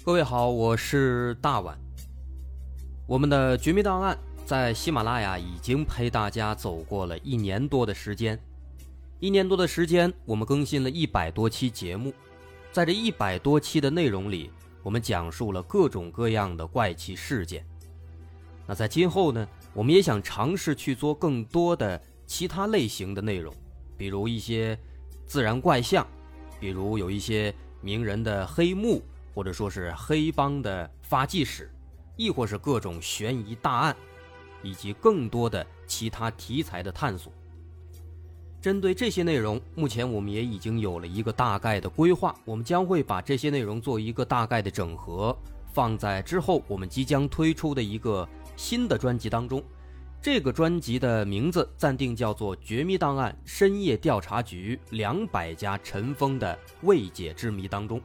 各位好，我是大碗。我们的绝密档案在喜马拉雅已经陪大家走过了1年多的时间。1年多的时间，我们更新了100多期节目。在这100多期的内容里，我们讲述了各种各样的怪奇事件。那在今后呢，我们也想尝试去做更多的其他类型的内容，比如一些自然怪象，比如有一些名人的黑幕，或者说是黑帮的发迹史，亦或是各种悬疑大案，以及更多的其他题材的探索。针对这些内容，目前我们也已经有了一个大概的规划，我们将会把这些内容做一个大概的整合，放在之后我们即将推出的一个新的专辑当中。这个专辑的名字暂定叫做《绝密档案深夜调查局200家尘封的未解之谜》当中。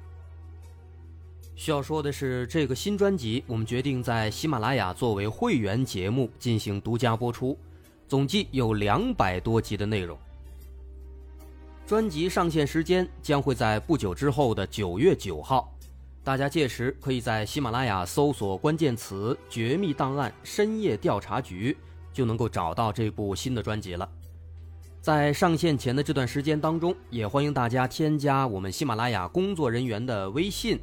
需要说的是，这个新专辑我们决定在喜马拉雅作为会员节目进行独家播出，总计有200多集的内容。专辑上线时间将会在不久之后的9月9号，大家届时可以在喜马拉雅搜索关键词“绝密档案深夜调查局”，就能够找到这部新的专辑了。在上线前的这段时间当中，也欢迎大家添加我们喜马拉雅工作人员的微信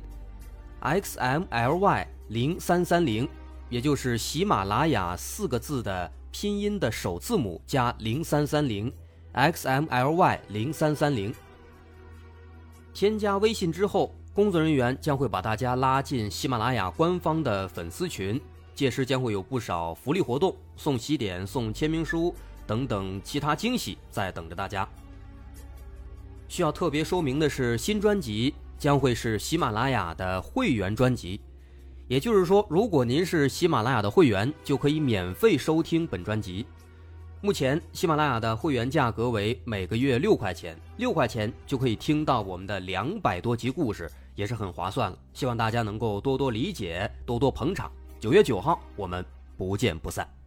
XMLY0330，也就是喜马拉雅4个字的拼音的首字母加0330 XMLY0330。添加微信之后，工作人员将会把大家拉进喜马拉雅官方的粉丝群，届时将会有不少福利活动，送喜点、送签名书等等其他惊喜在等着大家。需要特别说明的是，新专辑将会是喜马拉雅的会员专辑，也就是说，如果您是喜马拉雅的会员，就可以免费收听本专辑。目前喜马拉雅的会员价格为每个月6块钱，6块钱就可以听到我们的200多集故事，也是很划算了。希望大家能够多多理解，多多捧场。9月9号我们不见不散。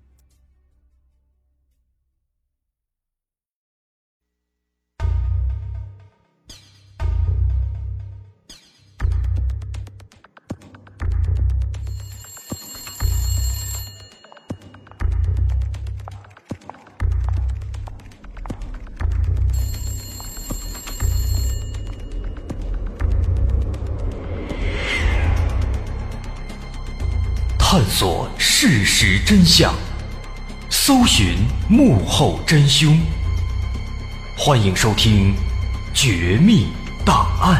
探索事实真相，搜寻幕后真凶。欢迎收听《绝密档案》。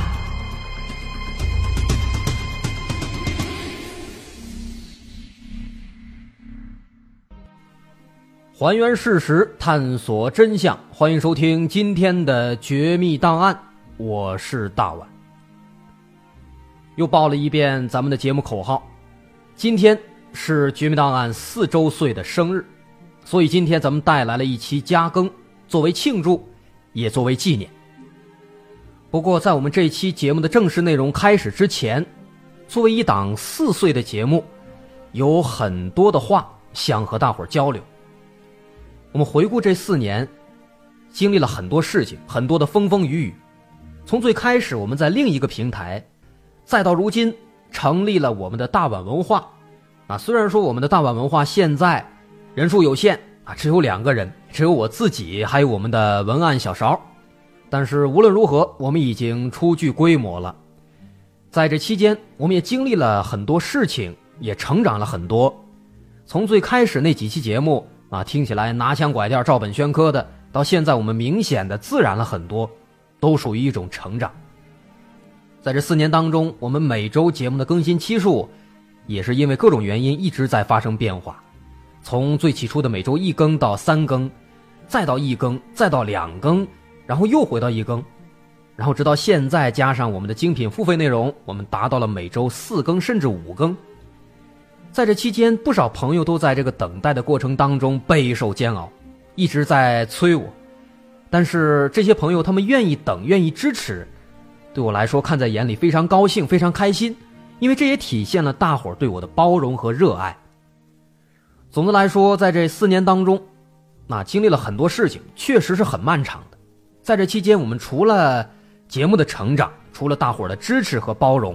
还原事实，探索真相。欢迎收听今天的《绝密档案》，我是大碗。又报了一遍咱们的节目口号。今天是绝密档案4周岁的生日，所以今天咱们带来了一期加更，作为庆祝，也作为纪念。不过在我们这一期节目的正式内容开始之前，作为一档4岁的节目，有很多的话想和大伙儿交流。我们回顾这4年，经历了很多事情，很多的风风雨雨。从最开始我们在另一个平台，再到如今成立了我们的大碗文化。虽然说我们的大碗文化现在人数有限只有2个人，只有我自己还有我们的文案小勺，但是无论如何我们已经初具规模了。在这期间我们也经历了很多事情，也成长了很多。从最开始那几期节目听起来拿腔拐调照本宣科的，到现在我们明显的自然了很多，都属于一种成长。在这4年当中，我们每周节目的更新期数也是因为各种原因一直在发生变化，从最起初的每周1更到3更，再到1更，再到2更，然后又回到1更，然后直到现在加上我们的精品付费内容，我们达到了每周4更甚至5更。在这期间，不少朋友都在这个等待的过程当中备受煎熬，一直在催我，但是这些朋友他们愿意等，愿意支持，对我来说看在眼里，非常高兴，非常开心，因为这也体现了大伙儿对我的包容和热爱。总的来说，在这4年当中，经历了很多事情，确实是很漫长的。在这期间，我们除了节目的成长，除了大伙儿的支持和包容，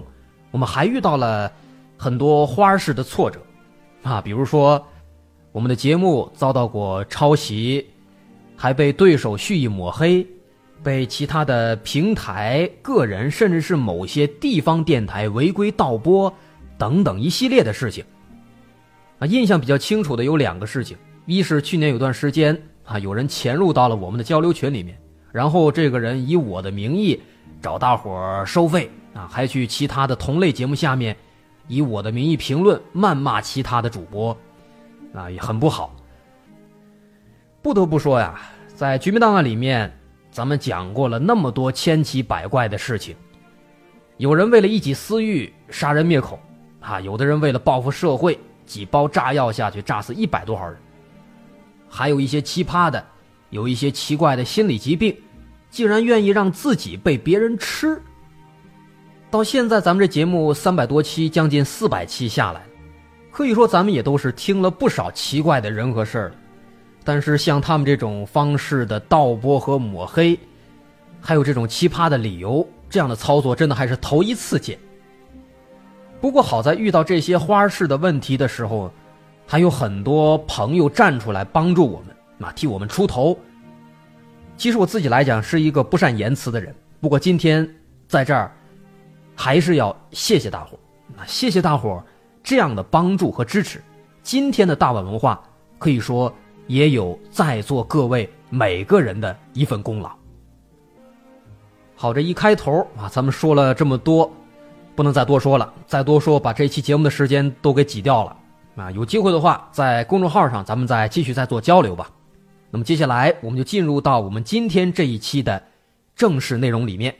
我们还遇到了很多花式的挫折比如说我们的节目遭到过抄袭，还被对手蓄意抹黑，被其他的平台、个人甚至是某些地方电台违规盗播等等一系列的事情。印象比较清楚的有2个事情，一是去年有段时间有人潜入到了我们的交流群里面，然后这个人以我的名义找大伙收费还去其他的同类节目下面以我的名义评论谩骂其他的主播也很不好。不得不说呀，在绝密档案里面咱们讲过了那么多千奇百怪的事情，有人为了一己私欲杀人灭口有的人为了报复社会几包炸药下去炸死100多号人，还有一些奇葩的，有一些奇怪的心理疾病，竟然愿意让自己被别人吃。到现在咱们这节目300多期，将近400期下来，可以说咱们也都是听了不少奇怪的人和事儿了。但是像他们这种方式的盗播和抹黑，还有这种奇葩的理由，这样的操作真的还是头一次见。不过好在遇到这些花式的问题的时候，还有很多朋友站出来帮助我们替我们出头。其实我自己来讲是一个不善言辞的人，不过今天在这儿还是要谢谢大伙谢谢大伙这样的帮助和支持。今天的大碗文化可以说也有在座各位每个人的一份功劳。好，这一开头咱们说了这么多，不能再多说了，再多说把这期节目的时间都给挤掉了有机会的话在公众号上咱们再继续再做交流吧。那么接下来我们就进入到我们今天这一期的正式内容里面。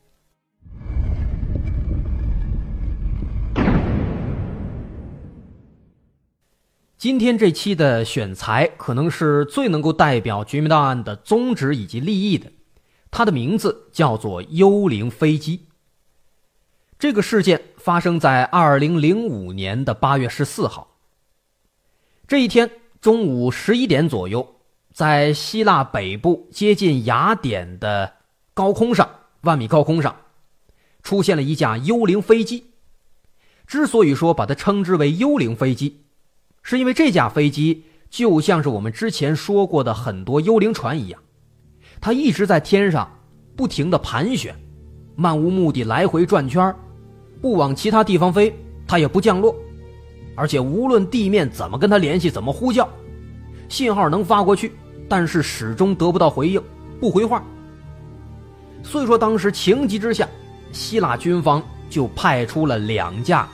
今天这期的选材可能是最能够代表绝密档案的宗旨以及立意的，它的名字叫做幽灵飞机。这个事件发生在2005年的8月14号。这一天中午11点左右，在希腊北部接近雅典的高空上，10000米高空上，出现了一架幽灵飞机。之所以说把它称之为幽灵飞机，是因为这架飞机就像是我们之前说过的很多幽灵船一样，它一直在天上不停地盘旋，漫无目的来回转圈，不往其他地方飞，它也不降落，而且无论地面怎么跟它联系，怎么呼叫，信号能发过去，但是始终得不到回应，不回话。所以说当时情急之下，希腊军方就派出了2架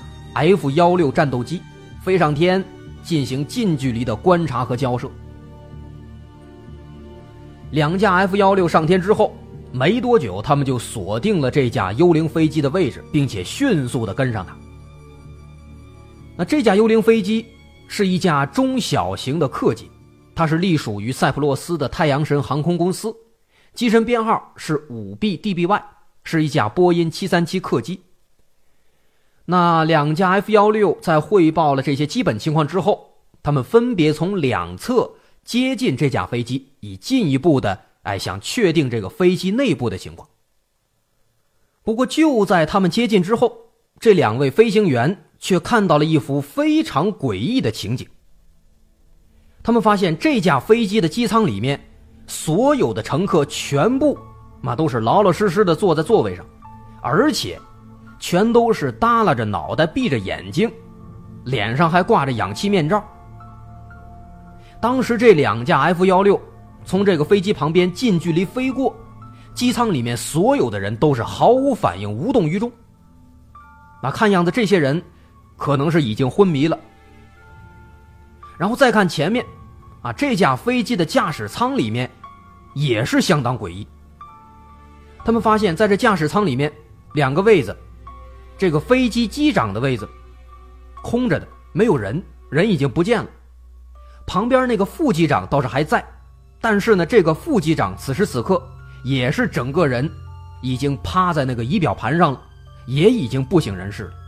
F-16 战斗机飞上天进行近距离的观察和交涉。2架 F-16 上天之后没多久，他们就锁定了这架幽灵飞机的位置，并且迅速地跟上它。那这架幽灵飞机是一架中小型的客机，它是隶属于塞浦路斯的太阳神航空公司，机身编号是 5B-DBY， 是一架波音737客机。那2架 F-16 在汇报了这些基本情况之后，他们分别从2侧接近这架飞机，以进一步的想确定这个飞机内部的情况。不过就在他们接近之后，这2位飞行员却看到了一幅非常诡异的情景。他们发现这架飞机的机舱里面所有的乘客全部都是老老实实的坐在座位上，而且全都是耷拉着脑袋闭着眼睛，脸上还挂着氧气面罩。当时这2架 F-16 从这个飞机旁边近距离飞过，机舱里面所有的人都是毫无反应，无动于衷。看样子这些人可能是已经昏迷了。然后再看前面这架飞机的驾驶舱里面也是相当诡异。他们发现在这驾驶舱里面2个位子，这个飞机机长的位子空着的，没有人，人已经不见了。旁边那个副机长倒是还在，但是呢，这个副机长此时此刻也是整个人已经趴在那个仪表盘上了，也已经不省人事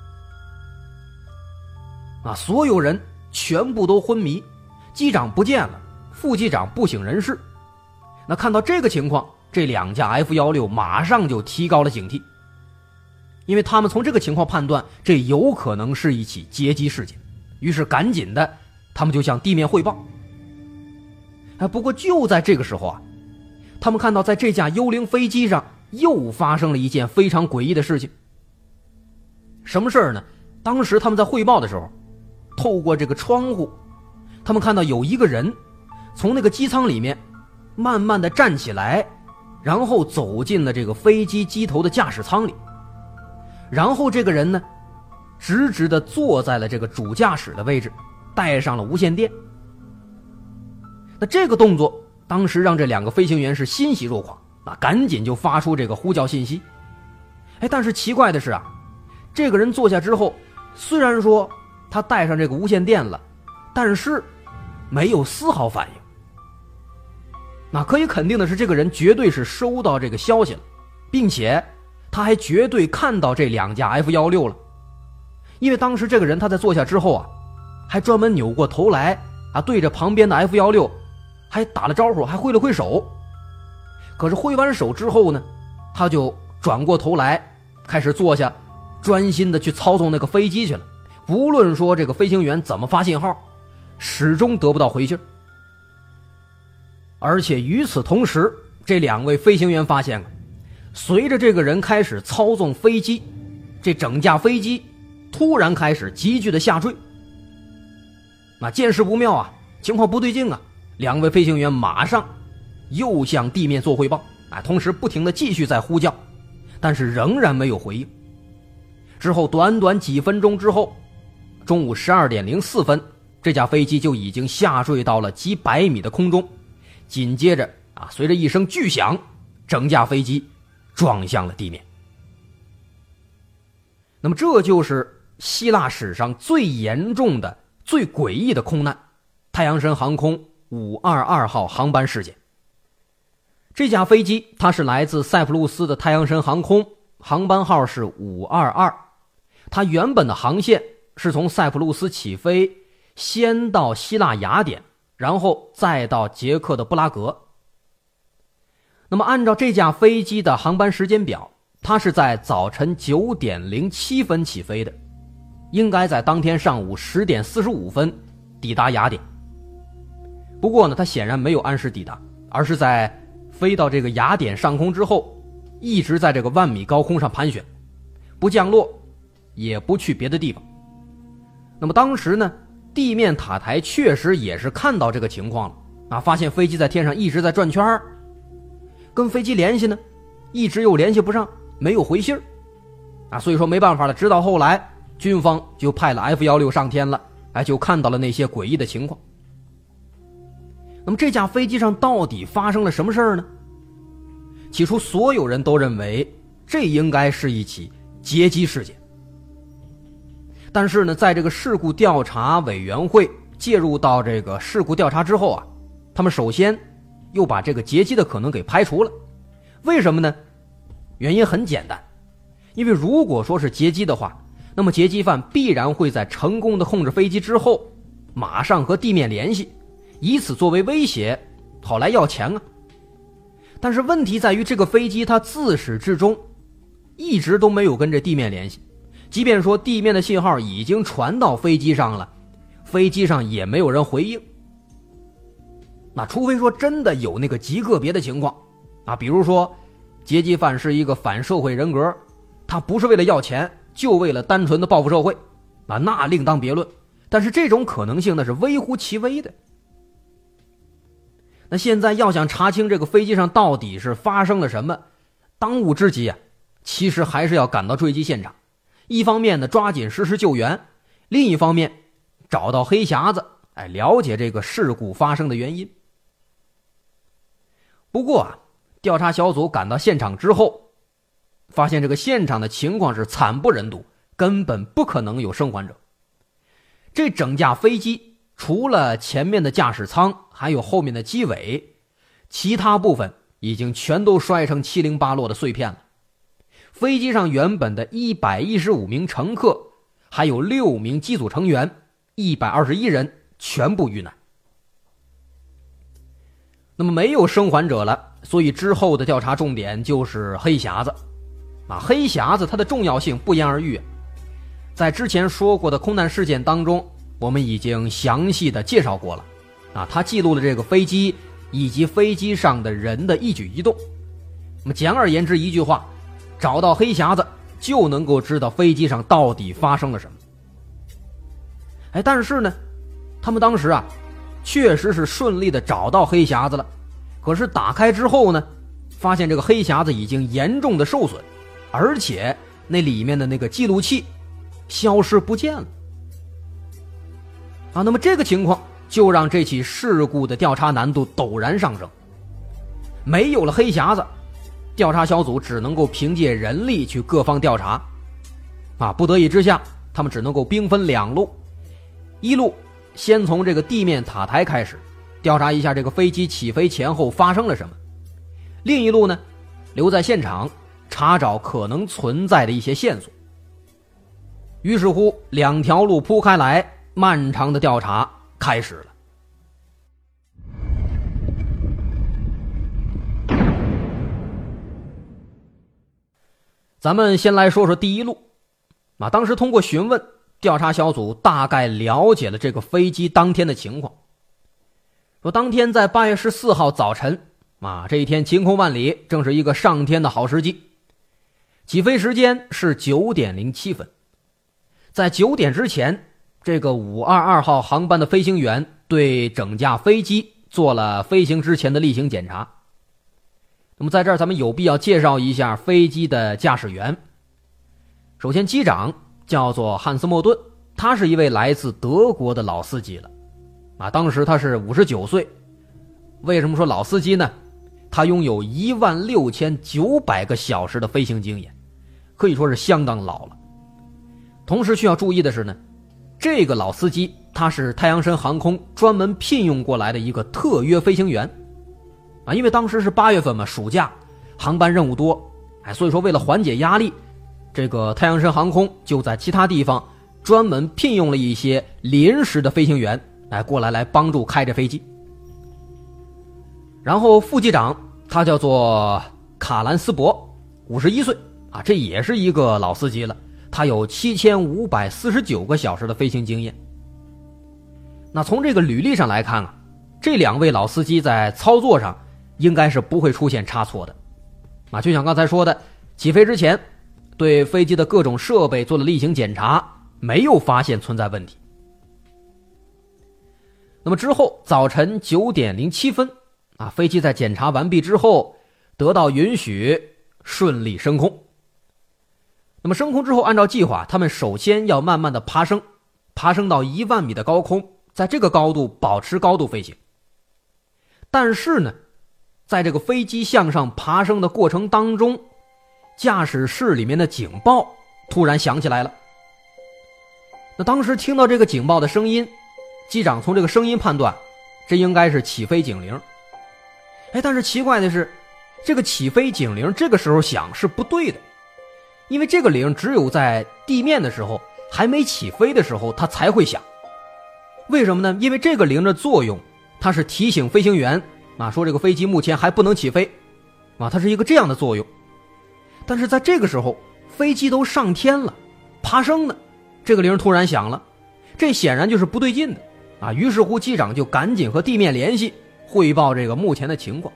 了。所有人全部都昏迷，机长不见了，副机长不省人事。那看到这个情况，这2架 F-16 马上就提高了警惕， 因为他们从这个情况判断，这有可能是一起劫机事件，于是赶紧的他们就向地面汇报。不过就在这个时候啊，他们看到在这架幽灵飞机上又发生了一件非常诡异的事情。什么事儿呢？当时他们在汇报的时候，透过这个窗户，他们看到有一个人从那个机舱里面慢慢的站起来，然后走进了这个飞机机头的驾驶舱里。然后这个人呢，直直的坐在了这个主驾驶的位置，带上了无线电。那这个动作当时让这2个飞行员是欣喜若狂，赶紧就发出这个呼叫信息。但是奇怪的是啊，这个人坐下之后，虽然说他带上这个无线电了，但是没有丝毫反应。那可以肯定的是，这个人绝对是收到这个消息了，并且他还绝对看到这2架 F-16了。因为当时这个人他在坐下之后啊，还专门扭过头来对着旁边的 F-16还打了招呼，还挥了挥手。可是挥完手之后呢，他就转过头来开始坐下，专心的去操纵那个飞机去了。不论说这个飞行员怎么发信号，始终得不到回信。而且与此同时，这2位飞行员发现随着这个人开始操纵飞机，这整架飞机突然开始急剧的下坠。那见势不妙啊，情况不对劲啊，2位飞行员马上又向地面做汇报，同时不停的继续在呼叫，但是仍然没有回应。之后短短几分钟之后，中午12点04分，这架飞机就已经下坠到了几百米的空中，紧接着随着一声巨响，整架飞机撞向了地面。那么这就是希腊史上最严重的、最诡异的空难——太阳神航空522号航班事件。这架飞机它是来自塞浦路斯的太阳神航空，航班号是522。它原本的航线是从塞浦路斯起飞，先到希腊雅典，然后再到捷克的布拉格。那么按照这架飞机的航班时间表，它是在早晨9点07分起飞的，应该在当天上午10点45分抵达雅典。不过呢，它显然没有按时抵达，而是在飞到这个雅典上空之后，一直在这个10000米高空上盘旋，不降落，也不去别的地方。那么当时呢，地面塔台确实也是看到这个情况了发现飞机在天上一直在转圈，跟飞机联系呢，一直又联系不上，没有回信所以说没办法了。直到后来军方就派了 F-16上天了，就看到了那些诡异的情况。那么这架飞机上到底发生了什么事儿呢？起初所有人都认为这应该是一起劫机事件，但是呢，在这个事故调查委员会介入到这个事故调查之后他们首先又把这个劫机的可能给排除了。为什么呢？原因很简单，因为如果说是劫机的话，那么劫机犯必然会在成功的控制飞机之后，马上和地面联系，以此作为威胁，好来要钱但是问题在于，这个飞机它自始至终一直都没有跟这地面联系，即便说地面的信号已经传到飞机上了，飞机上也没有人回应。那除非说真的有那个极个别的情况比如说劫机犯是一个反社会人格，他不是为了要钱，就为了单纯的报复社会那另当别论。但是这种可能性呢是微乎其微的。那现在要想查清这个飞机上到底是发生了什么，当务之急其实还是要赶到坠机现场。一方面呢，抓紧实施救援；另一方面，找到黑匣子，了解这个事故发生的原因。不过调查小组赶到现场之后，发现这个现场的情况是惨不忍睹，根本不可能有生还者。这整架飞机除了前面的驾驶舱还有后面的机尾，其他部分已经全都摔成七零八落的碎片了。飞机上原本的115名乘客还有6名机组成员121人全部遇难。那么没有生还者了，所以之后的调查重点就是黑匣子黑匣子它的重要性不言而喻。在之前说过的空难事件当中，我们已经详细的介绍过了它记录了这个飞机以及飞机上的人的一举一动。那么简而言之一句话，找到黑匣子就能够知道飞机上到底发生了什么。但是呢，他们当时确实是顺利的找到黑匣子了，可是打开之后呢，发现这个黑匣子已经严重的受损，而且那里面的那个记录器消失不见了那么这个情况就让这起事故的调查难度陡然上升。没有了黑匣子，调查小组只能够凭借人力去各方调查不得已之下，他们只能够兵分两路。一路先从这个地面塔台开始调查一下这个飞机起飞前后发生了什么，另一路呢，留在现场查找可能存在的一些线索。于是乎两条路铺开来，漫长的调查开始了。咱们先来说说第一路当时通过询问，调查小组大概了解了这个飞机当天的情况。说当天在8月14号早晨这一天晴空万里，正是一个上天的好时机。起飞时间是9点07分。在9点之前，这个522号航班的飞行员对整架飞机做了飞行之前的例行检查。那么在这儿咱们有必要介绍一下飞机的驾驶员。首先机长叫做汉斯·莫顿，他是一位来自德国的老司机了当时他是59岁。为什么说老司机呢？他拥有16900个小时的飞行经验，可以说是相当老了。同时需要注意的是呢，这个老司机他是太阳神航空专门聘用过来的一个特约飞行员因为当时是8月份嘛，暑假，航班任务多所以说为了缓解压力，这个太阳神航空就在其他地方专门聘用了一些临时的飞行员过来帮助开着飞机。然后副机长他叫做卡兰斯伯，51岁这也是一个老司机了，他有7549个小时的飞行经验。那从这个履历上来看这两位老司机在操作上应该是不会出现差错的就像刚才说的，起飞之前对飞机的各种设备做了例行检查，没有发现存在问题。那么之后早晨9点07分飞机在检查完毕之后得到允许，顺利升空。那么升空之后，按照计划他们首先要慢慢的爬升到10000米的高空，在这个高度保持高度飞行。但是呢，在这个飞机向上爬升的过程当中，驾驶室里面的警报突然响起来了。那当时听到这个警报的声音，机长从这个声音判断这应该是起飞警铃。但是奇怪的是，这个起飞警铃这个时候响是不对的，因为这个铃只有在地面的时候，还没起飞的时候它才会响。为什么呢？因为这个铃的作用，它是提醒飞行员说这个飞机目前还不能起飞它是一个这样的作用。但是在这个时候飞机都上天了，爬升呢，这个铃突然响了，这显然就是不对劲的于是乎机长就赶紧和地面联系，汇报这个目前的情况。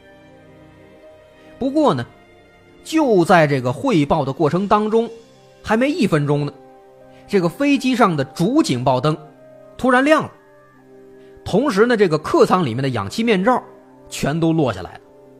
不过呢，就在这个汇报的过程当中，还没1分钟呢，这个飞机上的主警报灯突然亮了，同时呢，这个客舱里面的氧气面罩全都落下来了。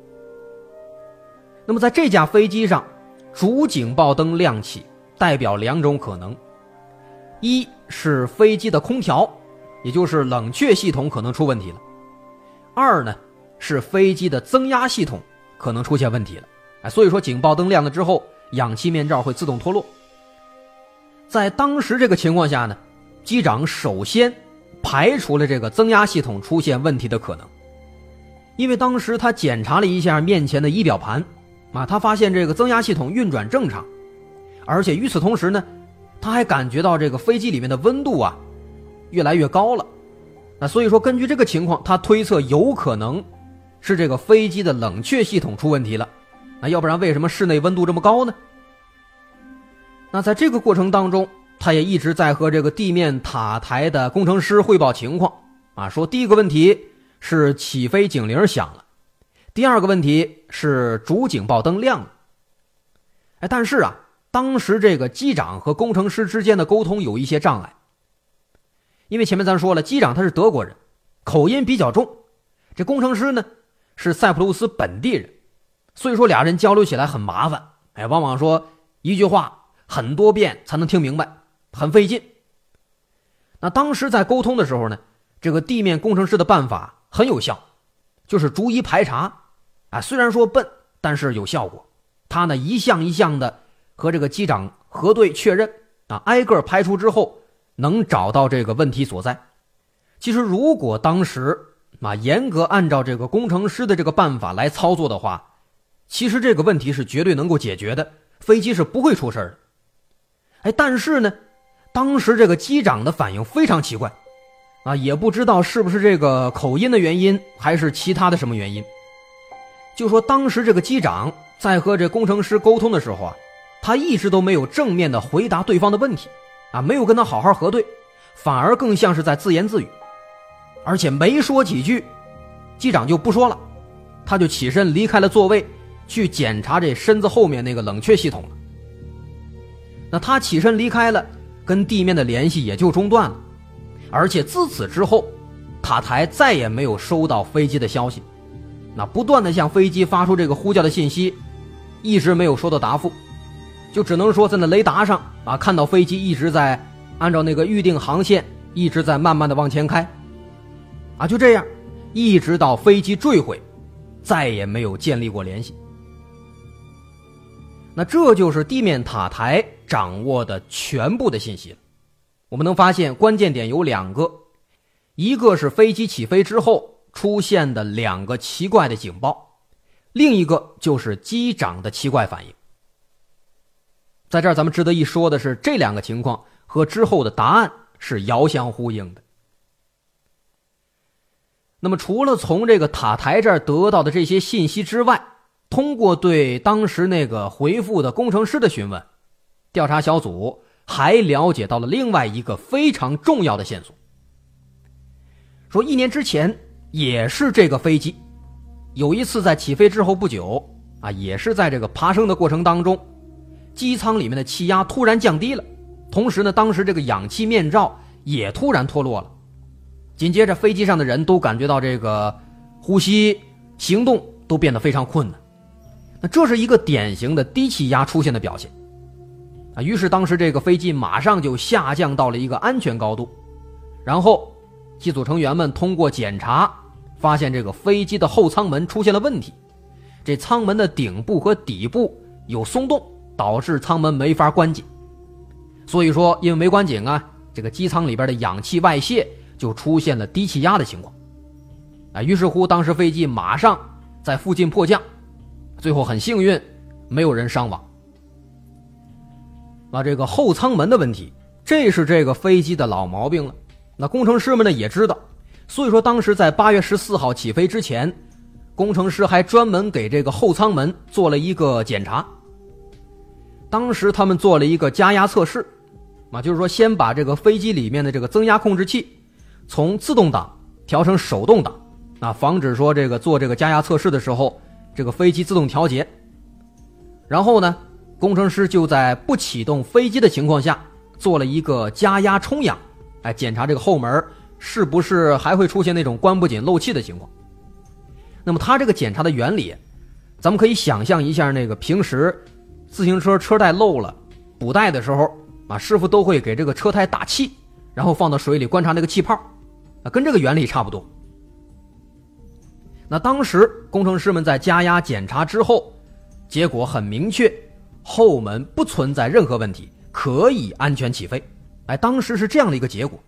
那么在这架飞机上，主警报灯亮起代表2种可能，一是飞机的空调，也就是冷却系统可能出问题了；二呢是飞机的增压系统可能出现问题了。所以说警报灯亮了之后，氧气面罩会自动脱落。在当时这个情况下呢，机长首先排除了这个增压系统出现问题的可能，因为当时他检查了一下面前的仪表盘他发现这个增压系统运转正常，而且与此同时呢，他还感觉到这个飞机里面的温度越来越高了。所以说根据这个情况，他推测有可能是这个飞机的冷却系统出问题了。要不然为什么室内温度这么高呢？ 那在这个过程当中，他也一直在和这个地面塔台的工程师汇报情况说第一个问题是起飞警铃响了，第二个问题是主警报灯亮了。但是当时这个机长和工程师之间的沟通有一些障碍，因为前面咱说了，机长他是德国人，口音比较重，这工程师呢是塞浦路斯本地人，所以说俩人交流起来很麻烦，往往说一句话很多遍才能听明白，很费劲。那当时在沟通的时候呢，这个地面工程师的办法很有效，就是逐一排查虽然说笨，但是有效果。他呢一项一项的和这个机长核对确认挨个排除之后，能找到这个问题所在。其实如果当时严格按照这个工程师的这个办法来操作的话，其实这个问题是绝对能够解决的，飞机是不会出事的。但是呢，当时这个机长的反应非常奇怪也不知道是不是这个口音的原因，还是其他的什么原因。就说当时这个机长在和这工程师沟通的时候他一直都没有正面的回答对方的问题没有跟他好好核对，反而更像是在自言自语。而且没说几句，机长就不说了，他就起身离开了座位，去检查这身子后面那个冷却系统了。那他起身离开了，跟地面的联系也就中断了。而且自此之后，塔台再也没有收到飞机的消息，不断的向飞机发出这个呼叫的信息，一直没有收到答复，就只能说在那雷达上看到飞机一直在按照那个预定航线一直在慢慢的往前开就这样一直到飞机坠毁，再也没有建立过联系。那这就是地面塔台掌握的全部的信息了。我们能发现关键点有两个，一个是飞机起飞之后出现的两个奇怪的警报，另一个就是机长的奇怪反应。在这儿咱们值得一说的是，这两个情况和之后的答案是遥相呼应的。那么除了从这个塔台这儿得到的这些信息之外，通过对当时那个回复的工程师的询问，调查小组还了解到了另外一个非常重要的线索。说1年之前也是这个飞机有一次在起飞之后不久也是在这个爬升的过程当中，机舱里面的气压突然降低了，同时呢当时这个氧气面罩也突然脱落了，紧接着飞机上的人都感觉到这个呼吸行动都变得非常困难。那这是一个典型的低气压出现的表现于是当时这个飞机马上就下降到了一个安全高度，然后机组成员们通过检查发现这个飞机的后舱门出现了问题，这舱门的顶部和底部有松动，导致舱门没法关紧。所以说因为没关紧这个机舱里边的氧气外泄，就出现了低气压的情况于是乎当时飞机马上在附近迫降，最后很幸运没有人伤亡。这个后舱门的问题，这是这个飞机的老毛病了。那工程师们呢也知道，所以说当时在8月14号起飞之前，工程师还专门给这个后舱门做了一个检查。当时他们做了一个加压测试就是说先把这个飞机里面的这个增压控制器从自动挡调成手动挡防止说这个做这个加压测试的时候这个飞机自动调节。然后呢工程师就在不启动飞机的情况下做了一个加压冲氧，检查这个后门是不是还会出现那种关不紧漏气的情况。那么它这个检查的原理，咱们可以想象一下，那个平时自行车车带漏了补带的时候师傅都会给这个车胎打气，然后放到水里观察那个气泡跟这个原理差不多。那当时工程师们在加压检查之后，结果很明确，后门不存在任何问题，可以安全起飞。当时是这样的一个结果。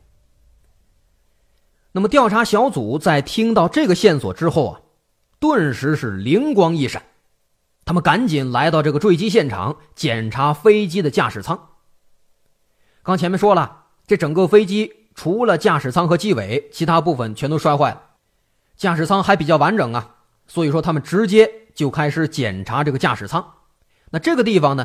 那么调查小组在听到这个线索之后顿时是灵光一闪，他们赶紧来到这个坠机现场检查飞机的驾驶舱。刚前面说了，这整个飞机除了驾驶舱和机尾，其他部分全都摔坏了，驾驶舱还比较完整所以说他们直接就开始检查这个驾驶舱。那这个地方呢，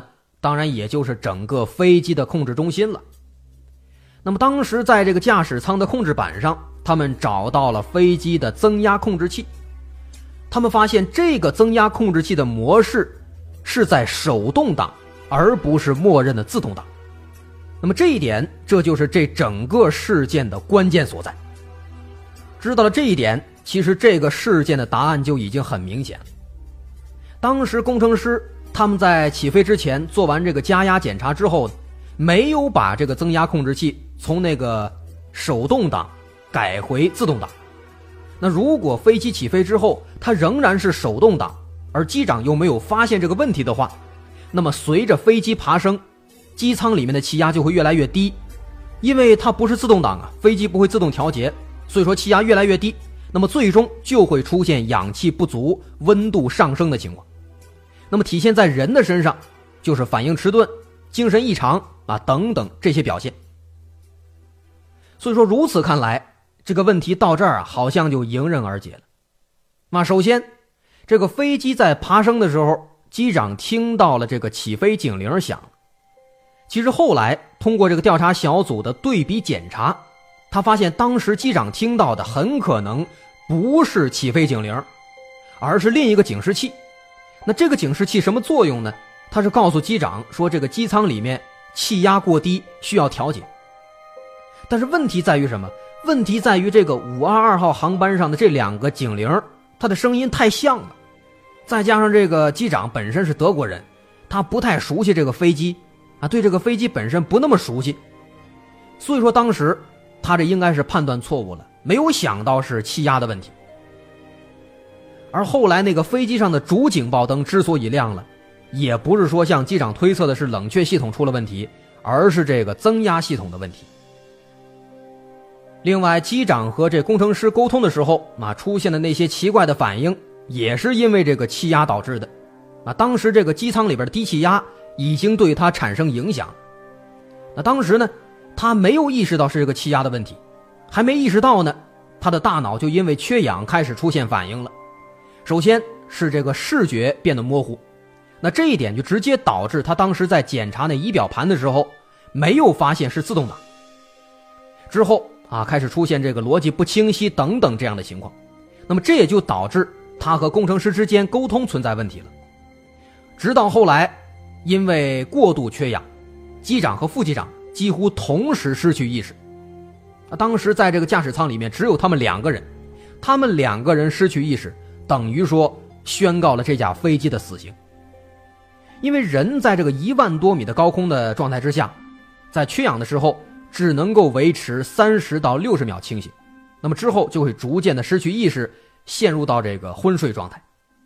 当然也就是整个飞机的控制中心了。那么当时在这个驾驶舱的控制板上，他们找到了飞机的增压控制器。他们发现这个增压控制器的模式是在手动挡，而不是默认的自动挡。那么这一点，这就是这整个事件的关键所在。知道了这一点，其实这个事件的答案就已经很明显了。当时工程师他们在起飞之前做完这个加压检查之后，没有把这个增压控制器从那个手动挡改回自动挡。那如果飞机起飞之后它仍然是手动挡，而机长又没有发现这个问题的话，那么随着飞机爬升，机舱里面的气压就会越来越低。因为它不是自动挡啊，飞机不会自动调节，所以说气压越来越低，那么最终就会出现氧气不足、温度上升的情况。那么体现在人的身上，就是反应迟钝、精神异常等等这些表现。所以说如此看来，这个问题到这儿好像就迎刃而解了。那首先，这个飞机在爬升的时候，机长听到了这个起飞警铃响。其实后来通过这个调查小组的对比检查，他发现当时机长听到的很可能不是起飞警铃，而是另一个警示器。那这个警示器什么作用呢？它是告诉机长说这个机舱里面气压过低，需要调节。但是问题在于什么？问题在于这个522号航班上的这两个警铃，它的声音太像了，再加上这个机长本身是德国人，他不太熟悉这个飞机对这个飞机本身不那么熟悉，所以说当时他这应该是判断错误了，没有想到是气压的问题。而后来那个飞机上的主警报灯之所以亮了，也不是说像机长推测的是冷却系统出了问题，而是这个增压系统的问题。另外，机长和这工程师沟通的时候出现的那些奇怪的反应，也是因为这个气压导致的当时这个机舱里边的低气压已经对他产生影响。那当时呢，他没有意识到是这个气压的问题，还没意识到呢，他的大脑就因为缺氧开始出现反应了。首先是这个视觉变得模糊，那这一点就直接导致他当时在检查那仪表盘的时候没有发现是自动挡。之后开始出现这个逻辑不清晰等等这样的情况，那么这也就导致他和工程师之间沟通存在问题了。直到后来，因为过度缺氧，机长和副机长几乎同时失去意识。当时在这个驾驶舱里面只有他们两个人，他们两个人失去意识，等于说宣告了这架飞机的死刑。因为人在这个1万多米的高空的状态之下，在缺氧的时候只能够维持30到60秒清醒，那么之后就会逐渐的失去意识，陷入到这个昏睡状态。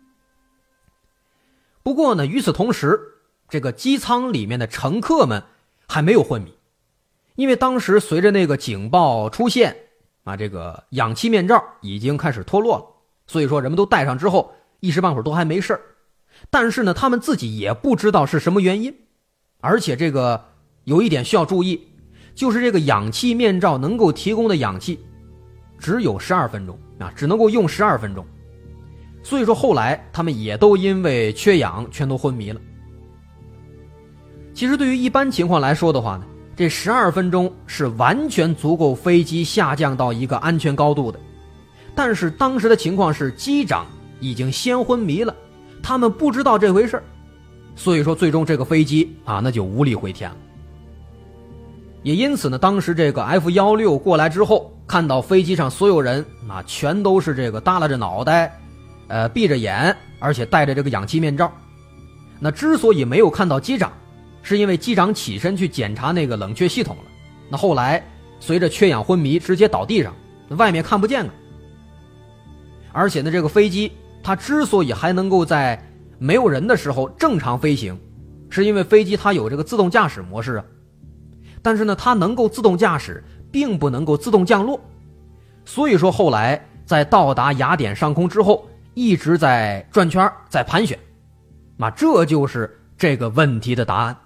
不过呢，与此同时，这个机舱里面的乘客们还没有昏迷，因为当时随着那个警报出现这个氧气面罩已经开始脱落了，所以说人们都戴上之后一时半会儿都还没事。但是呢，他们自己也不知道是什么原因，而且这个有一点需要注意，就是这个氧气面罩能够提供的氧气只有12分钟只能够用12分钟，所以说后来他们也都因为缺氧全都昏迷了。其实对于一般情况来说的话呢，这12分钟是完全足够飞机下降到一个安全高度的，但是当时的情况是机长已经先昏迷了，他们不知道这回事，所以说最终这个飞机那就无力回天了。也因此呢，当时这个 F-16 过来之后，看到飞机上所有人全都是这个耷拉着脑袋闭着眼，而且戴着这个氧气面罩。那之所以没有看到机长，是因为机长起身去检查那个冷却系统了，那后来随着缺氧昏迷直接倒地上，外面看不见了。而且呢，这个飞机它之所以还能够在没有人的时候正常飞行，是因为飞机它有这个自动驾驶模式但是呢，它能够自动驾驶，并不能够自动降落。所以说后来在到达雅典上空之后，一直在转圈，在盘旋。这就是这个问题的答案。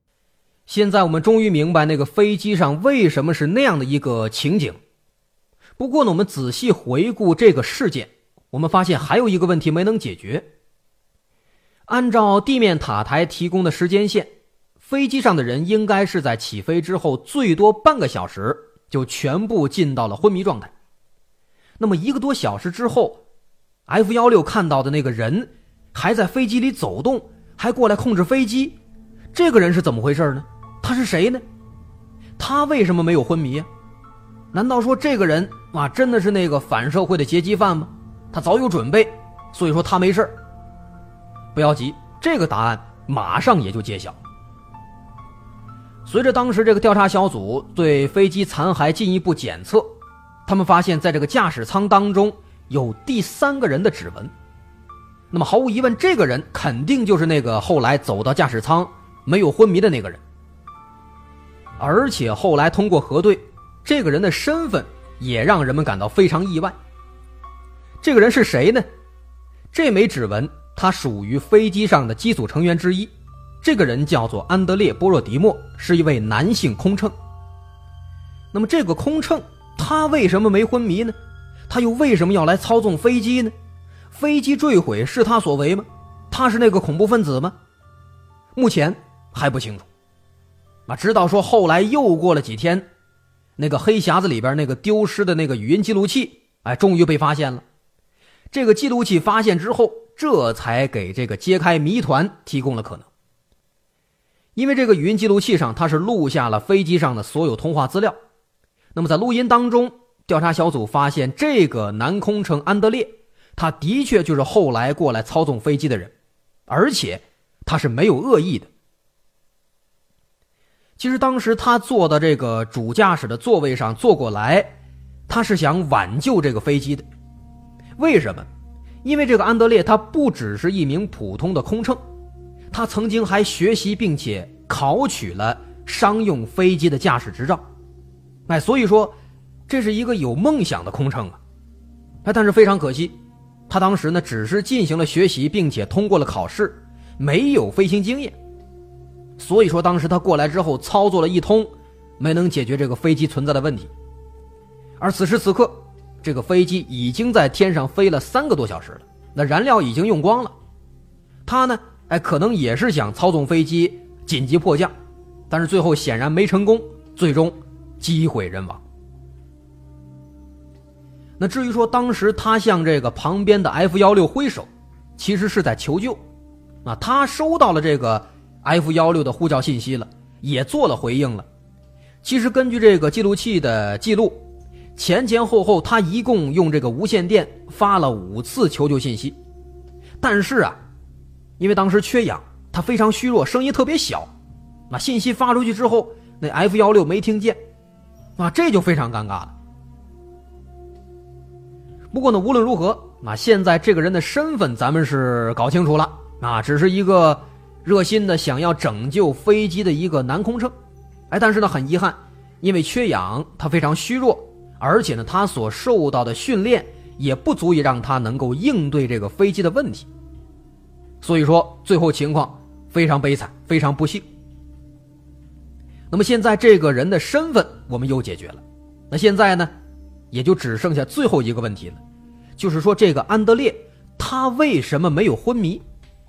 现在我们终于明白那个飞机上为什么是那样的一个情景。 不过呢，我们仔细回顾这个事件，我们发现还有一个问题没能解决。按照地面塔台提供的时间线，飞机上的人应该是在起飞之后最多半个小时就全部进到了昏迷状态。那么1个多小时之后， F-16 看到的那个人还在飞机里走动，还过来控制飞机，这个人是怎么回事呢？他是谁呢？他为什么没有昏迷啊？难道说这个人真的是那个反社会的劫机犯吗？他早有准备，所以说他没事。不要急，这个答案马上也就揭晓。随着当时这个调查小组对飞机残骸进一步检测，他们发现在这个驾驶舱当中有第3个人的指纹。那么毫无疑问，这个人肯定就是那个后来走到驾驶舱没有昏迷的那个人。而且后来通过核对，这个人的身份也让人们感到非常意外。这个人是谁呢？这枚指纹他属于飞机上的机组成员之一，这个人叫做安德烈·波若迪莫，是一位男性空乘。那么这个空乘他为什么没昏迷呢？他又为什么要来操纵飞机呢？飞机坠毁是他所为吗？他是那个恐怖分子吗？目前还不清楚。直到说后来又过了几天，那个黑匣子里边那个丢失的那个语音记录器终于被发现了。这个记录器发现之后，这才给这个揭开谜团提供了可能。因为这个语音记录器上它是录下了飞机上的所有通话资料，那么在录音当中，调查小组发现这个男空乘安德烈，他的确就是后来过来操纵飞机的人，而且他是没有恶意的。其实当时他坐到这个主驾驶的座位上坐过来，他是想挽救这个飞机的。为什么？因为这个安德烈他不只是一名普通的空乘，他曾经还学习并且考取了商用飞机的驾驶执照。所以说这是一个有梦想的空乘啊。但是非常可惜，他当时呢只是进行了学习并且通过了考试，没有飞行经验。所以说当时他过来之后操作了一通，没能解决这个飞机存在的问题。而此时此刻，这个飞机已经在天上飞了3个多小时了，那燃料已经用光了。他呢可能也是想操纵飞机紧急迫降，但是最后显然没成功，最终机毁人亡。那至于说当时他向这个旁边的 F-16 挥手，其实是在求救。他收到了这个 F-16 的呼叫信息了，也做了回应了。其实根据这个记录器的记录，前前后后他一共用这个无线电发了5次求救信息。但是因为当时缺氧，他非常虚弱，声音特别小，信息发出去之后，那 F-16 没听见，这就非常尴尬了。不过呢，无论如何，现在这个人的身份咱们是搞清楚了，只是一个热心的想要拯救飞机的一个男空乘。但是呢，很遗憾，因为缺氧，他非常虚弱，而且呢，他所受到的训练也不足以让他能够应对这个飞机的问题。所以说，最后情况非常悲惨，非常不幸。那么现在这个人的身份我们又解决了，那现在呢，也就只剩下最后一个问题了，就是说这个安德烈他为什么没有昏迷？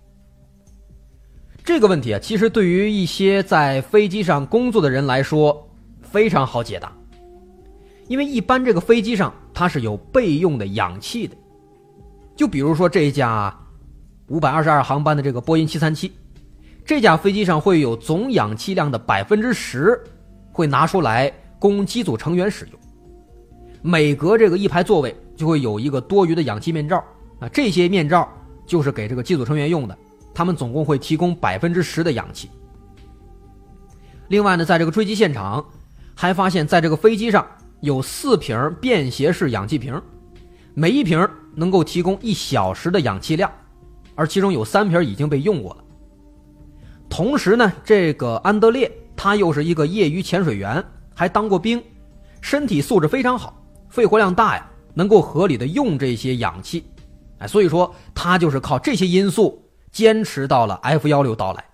这个问题其实对于一些在飞机上工作的人来说非常好解答。因为一般这个飞机上它是有备用的氧气的，就比如说这架522航班的这个波音737，这架飞机上会有总氧气量的 10% 会拿出来供机组成员使用。每隔这个一排座位就会有一个多余的氧气面罩，这些面罩就是给这个机组成员用的，他们总共会提供 10% 的氧气。另外呢，在这个坠机现场还发现在这个飞机上有4瓶便携式氧气瓶，每一瓶能够提供1小时的氧气量，而其中有3瓶已经被用过了。同时呢，这个安德烈他又是一个业余潜水员，还当过兵，身体素质非常好，肺活量大呀，能够合理的用这些氧气。所以说他就是靠这些因素坚持到了 F-16 到来。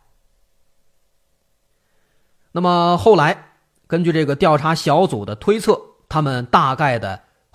那么后来根据这个调查小组的推测，他们大概的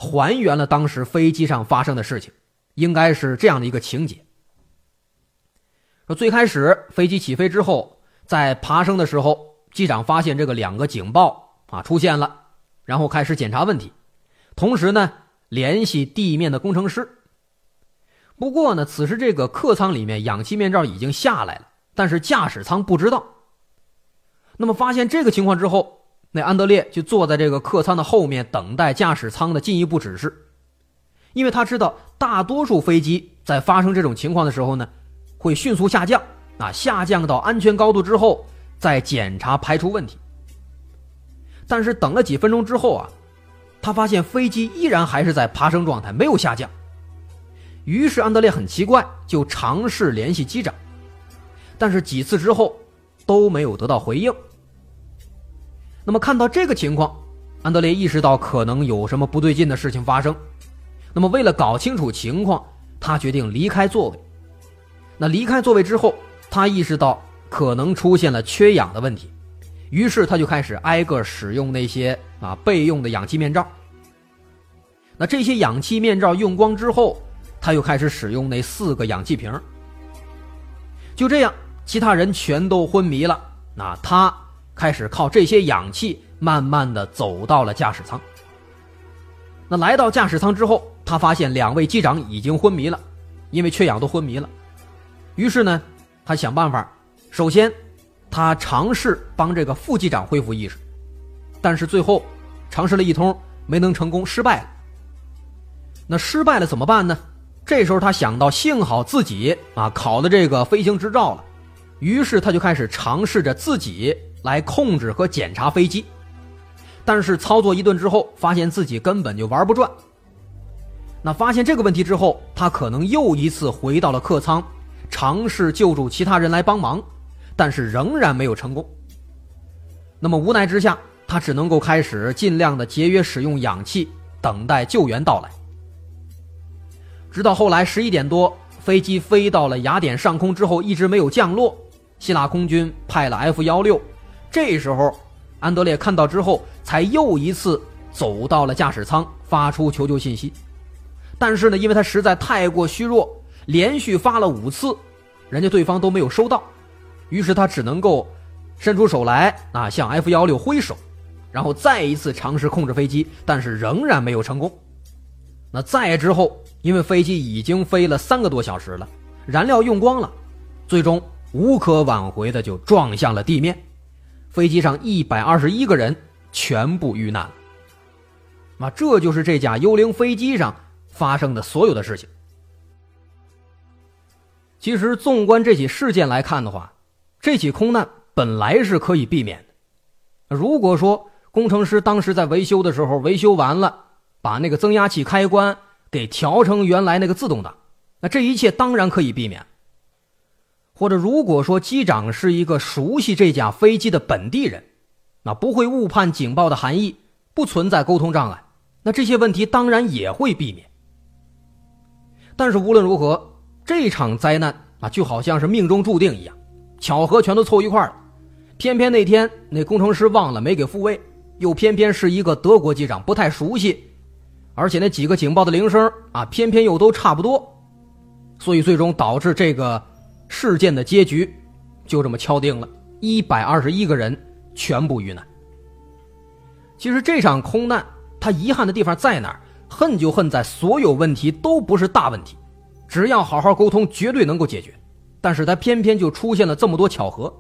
还原了当时飞机上发生的事情，应该是这样的一个情节。说最开始飞机起飞之后，在爬升的时候，机长发现这个2个警报出现了，然后开始检查问题，同时呢联系地面的工程师。不过呢，此时这个客舱里面氧气面罩已经下来了，但是驾驶舱不知道。那么发现这个情况之后，那安德烈就坐在这个客舱的后面等待驾驶舱的进一步指示。因为他知道大多数飞机在发生这种情况的时候呢，会迅速下降，下降到安全高度之后再检查排除问题。但是等了几分钟之后他发现飞机依然还是在爬升状态，没有下降。于是安德烈很奇怪，就尝试联系机长，但是几次之后都没有得到回应。那么看到这个情况，安德烈意识到可能有什么不对劲的事情发生。那么为了搞清楚情况，他决定离开座位。那离开座位之后，他意识到可能出现了缺氧的问题，于是他就开始挨个使用那些备用的氧气面罩。那这些氧气面罩用光之后，他又开始使用那4个氧气瓶。就这样，其他人全都昏迷了，那他开始靠这些氧气慢慢的走到了驾驶舱。那来到驾驶舱之后，他发现2位机长已经昏迷了，因为缺氧都昏迷了。于是呢，他想办法，首先他尝试帮这个副机长恢复意识，但是最后尝试了一通没能成功，失败了。那失败了怎么办呢？这时候他想到幸好自己考了这个飞行执照了，于是他就开始尝试着自己来控制和检查飞机。但是操作一顿之后，发现自己根本就玩不转。那发现这个问题之后，他可能又一次回到了客舱，尝试救助其他人来帮忙，但是仍然没有成功。那么无奈之下，他只能够开始尽量的节约使用氧气，等待救援到来。直到后来11点多，飞机飞到了雅典上空之后一直没有降落，希腊空军派了 F-16， 这时候安德烈看到之后才又一次走到了驾驶舱，发出求救信息。但是呢，因为他实在太过虚弱，连续发了5次，人家对方都没有收到，于是他只能够伸出手来向 F-16 挥手，然后再一次尝试控制飞机，但是仍然没有成功。那再之后，因为飞机已经飞了3个多小时了，燃料用光了，最终无可挽回的就撞向了地面，飞机上121个人全部遇难了。这就是这架幽灵飞机上发生的所有的事情。其实纵观这起事件来看的话，这起空难本来是可以避免的。如果说工程师当时在维修的时候维修完了，把那个增压器开关给调成原来那个自动挡，那这一切当然可以避免。或者如果说机长是一个熟悉这架飞机的本地人，那不会误判警报的含义，不存在沟通障碍，那这些问题当然也会避免。但是无论如何，这场灾难就好像是命中注定一样，巧合全都凑一块了。偏偏那天那工程师忘了没给复位，又偏偏是一个德国机长不太熟悉，而且那几个警报的铃声偏偏又都差不多，所以最终导致这个事件的结局就这么敲定了，121个人全部遇难。其实这场空难它遗憾的地方在哪儿？恨就恨在所有问题都不是大问题，只要好好沟通绝对能够解决，但是它偏偏就出现了这么多巧合。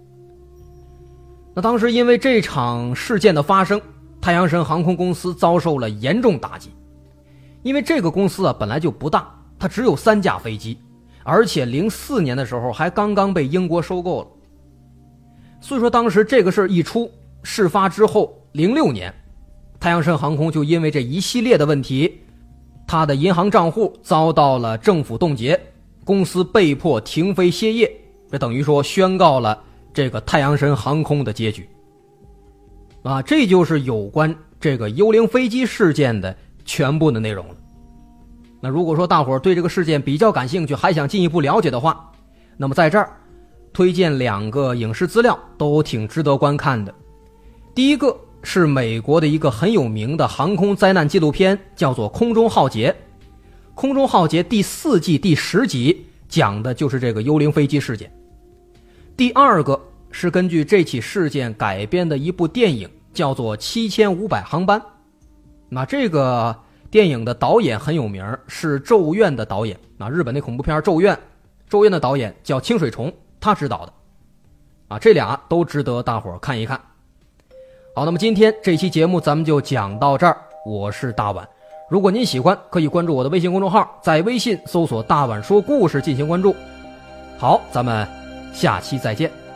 那当时因为这场事件的发生，太阳神航空公司遭受了严重打击。因为这个公司本来就不大，它只有3架飞机，而且04年的时候还刚刚被英国收购了。所以说当时这个事一出，事发之后06年，太阳神航空就因为这一系列的问题，它的银行账户遭到了政府冻结，公司被迫停飞歇业，这等于说宣告了这个太阳神航空的结局。这就是有关这个幽灵飞机事件的全部的内容了。那如果说大伙儿对这个事件比较感兴趣，还想进一步了解的话，那么在这儿推荐2个影视资料都挺值得观看的。第一个是美国的一个很有名的航空灾难纪录片，叫做《空中浩劫》。《空中浩劫》第4季第10集讲的就是这个幽灵飞机事件。第2个是根据这起事件改编的一部电影，叫做《7500航班》。那这个电影的导演很有名，是《咒怨》的导演。那日本那恐怖片《咒怨》的导演叫清水崇，他执导的。这俩都值得大伙儿看一看。好，那么今天这期节目咱们就讲到这儿，我是大碗。如果您喜欢，可以关注我的微信公众号，在微信搜索大碗说故事进行关注。好，咱们下期再见。